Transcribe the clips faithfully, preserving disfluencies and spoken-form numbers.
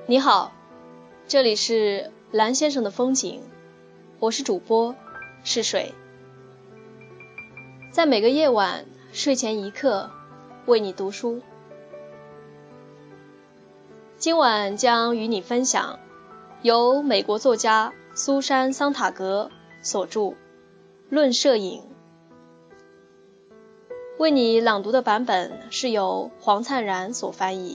你好，这里是蓝先生的风景，我是主播是水。在每个夜晚睡前一刻为你读书。今晚将与你分享由美国作家苏珊·桑塔格所著《论摄影》。为你朗读的版本是由黄灿然所翻译。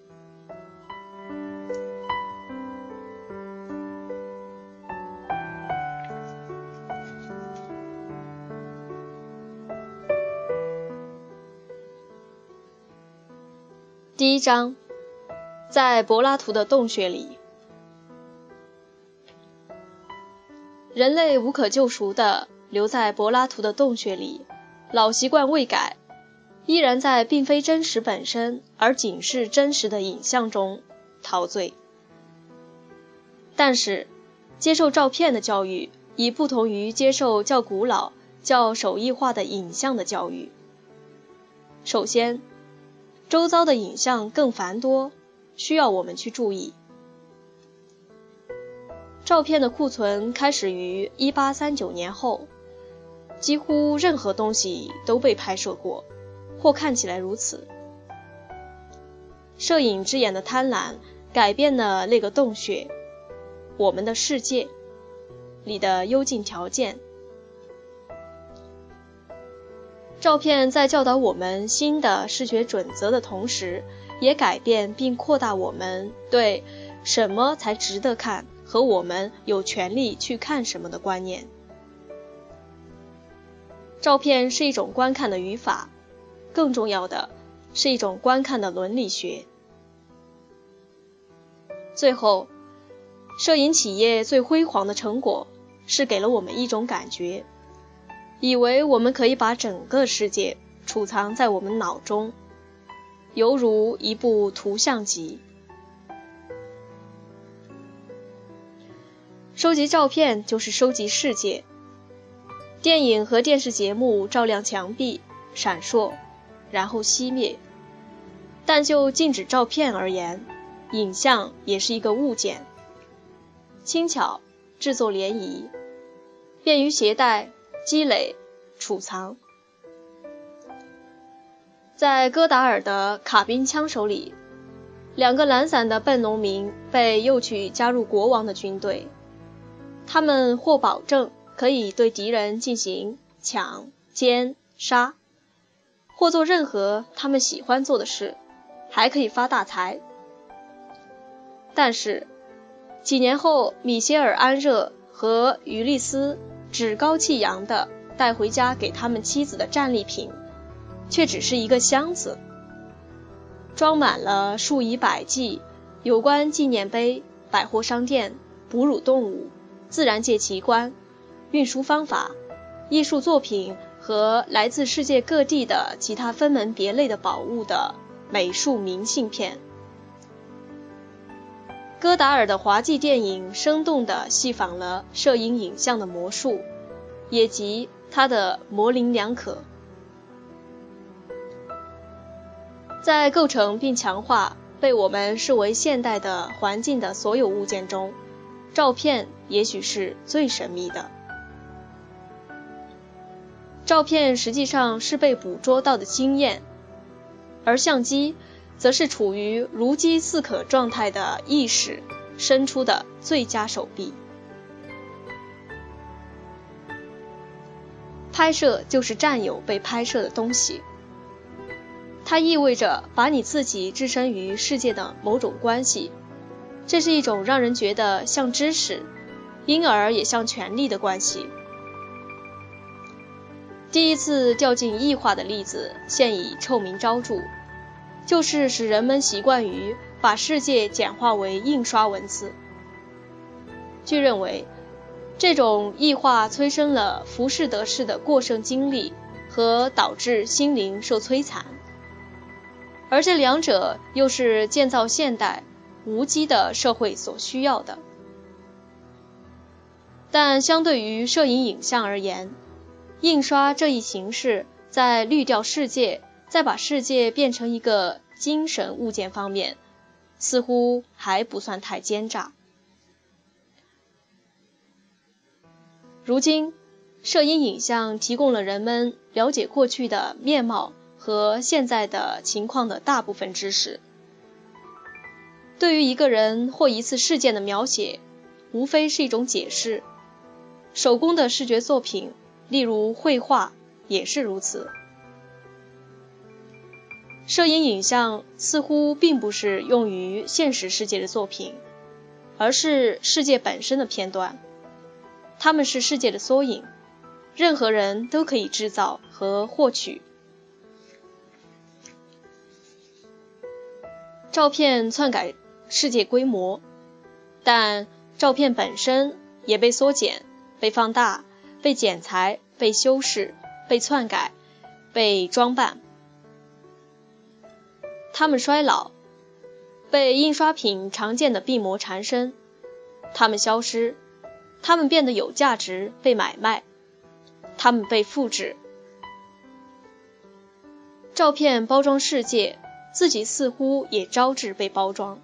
第一章，在柏拉图的洞穴里。人类无可救赎地留在柏拉图的洞穴里，老习惯未改，依然在并非真实本身而仅是真实的影像中陶醉。但是接受照片的教育已不同于接受较古老较手艺化的影像的教育。首先，周遭的影像更繁多，需要我们去注意。照片的库存开始于一八三九年后，几乎任何东西都被拍摄过，或看起来如此。摄影之眼的贪婪改变了那个洞穴，我们的世界里的幽静条件。照片在教导我们新的视觉准则的同时，也改变并扩大我们对什么才值得看和我们有权利去看什么的观念。照片是一种观看的语法，更重要的是一种观看的伦理学。最后，摄影企业最辉煌的成果是给了我们一种感觉，以为我们可以把整个世界储藏在我们脑中，犹如一部图像集。收集照片就是收集世界。电影和电视节目照亮墙壁，闪烁，然后熄灭。但就静止照片而言，影像也是一个物件，轻巧，制作联谊，便于携带、积累、储藏。在戈达尔的《卡宾枪手》里，两个懒散的笨农民被诱去加入国王的军队，他们或保证可以对敌人进行抢、奸、杀，或做任何他们喜欢做的事，还可以发大财。但是几年后，米歇尔·安热和于利斯趾高气扬地带回家给他们妻子的战利品，却只是一个箱子，装满了数以百计有关纪念碑、百货商店、哺乳动物、自然界奇观、运输方法、艺术作品和来自世界各地的其他分门别类的宝物的美术明信片。戈达尔的滑稽电影生动地戏仿了摄影影像的魔术，也即它的模棱两可。在构成并强化被我们视为现代的环境的所有物件中，照片也许是最神秘的。照片实际上是被捕捉到的经验，而相机则是处于如饥似渴状态的意识伸出的最佳手臂。拍摄就是占有被拍摄的东西，它意味着把你自己置身于世界的某种关系，这是一种让人觉得像知识，因而也像权力的关系。第一次掉进异化的例子现已臭名昭著，就是使人们习惯于把世界简化为印刷文字。据认为，这种异化催生了浮士德式的过剩经历和导致心灵受摧残，而这两者又是建造现代无机的社会所需要的。但相对于摄影影像而言，印刷这一形式在滤掉世界，再把世界变成一个精神物件方面， 似乎还不算太奸诈。如今，摄影影像提供了人们了解过去的面貌和现在的情况的大部分知识。对于一个人或一次事件的描写，无非是一种解释。手工的视觉作品，例如绘画，也是如此。摄影影像似乎并不是用于现实世界的作品，而是世界本身的片段。它们是世界的缩影，任何人都可以制造和获取。照片篡改世界规模，但照片本身也被缩减、被放大、被剪裁、被修饰、被篡改、被装扮。它们衰老，被印刷品常见的病魔缠身；它们消失，它们变得有价值，被买卖；它们被复制。照片包装世界，自己似乎也招致被包装。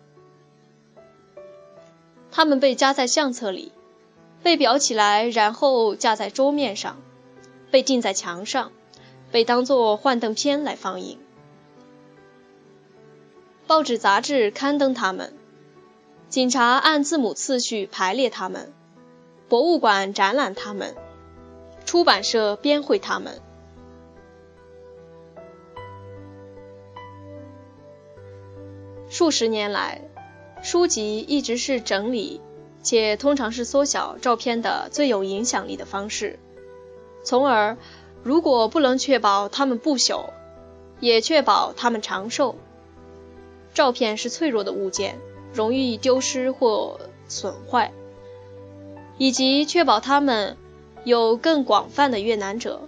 它们被夹在相册里，被裱起来，然后架在桌面上，被钉在墙上，被当作幻灯片来放映。报纸杂志刊登它们，警察按字母次序排列它们，博物馆展览它们，出版社编绘它们。数十年来，书籍一直是整理且通常是缩小照片的最有影响力的方式，从而如果不能确保它们不朽，也确保它们长寿。照片是脆弱的物件，容易丢失或损坏，以及确保它们有更广泛的阅览者。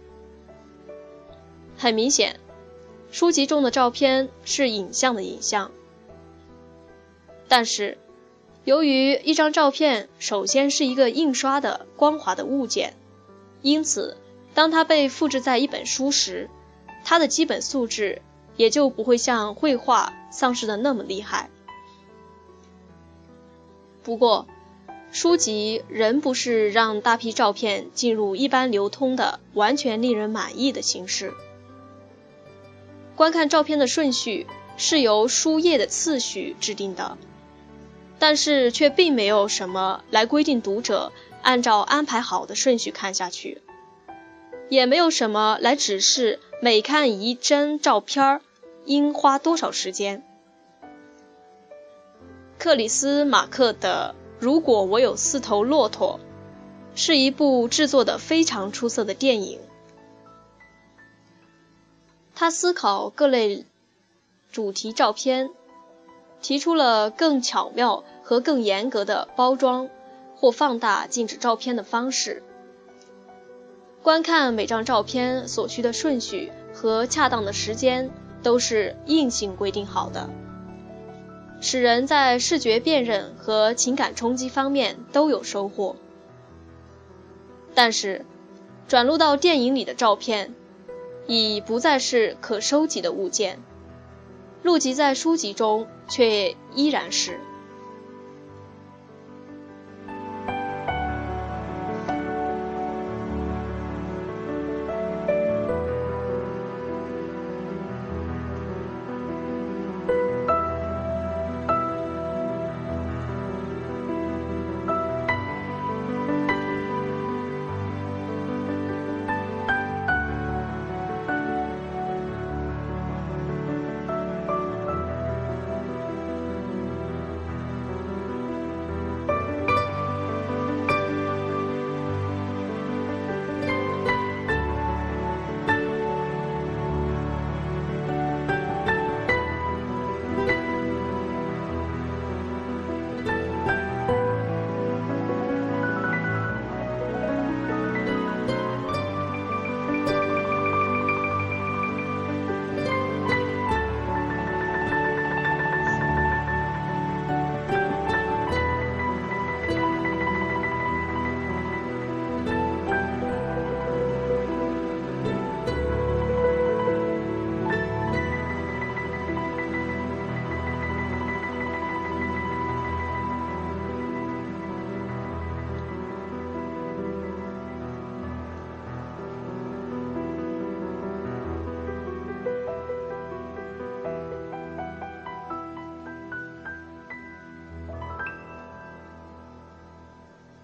很明显，书籍中的照片是影像的影像，但是由于一张照片首先是一个印刷的光滑的物件，因此当它被复制在一本书时，它的基本素质也就不会像绘画丧失的那么厉害。不过，书籍仍不是让大批照片进入一般流通的完全令人满意的形式。观看照片的顺序是由书页的次序制定的，但是却并没有什么来规定读者按照安排好的顺序看下去，也没有什么来指示每看一帧照片应花多少时间。克里斯马克的《如果我有四头骆驼》是一部制作得非常出色的电影。他思考各类主题照片，提出了更巧妙和更严格的包装或放大静止照片的方式。观看每张照片所需的顺序和恰当的时间都是硬性规定好的，使人在视觉辨认和情感冲击方面都有收获。但是，转录到电影里的照片已不再是可收集的物件，录集在书籍中却依然是。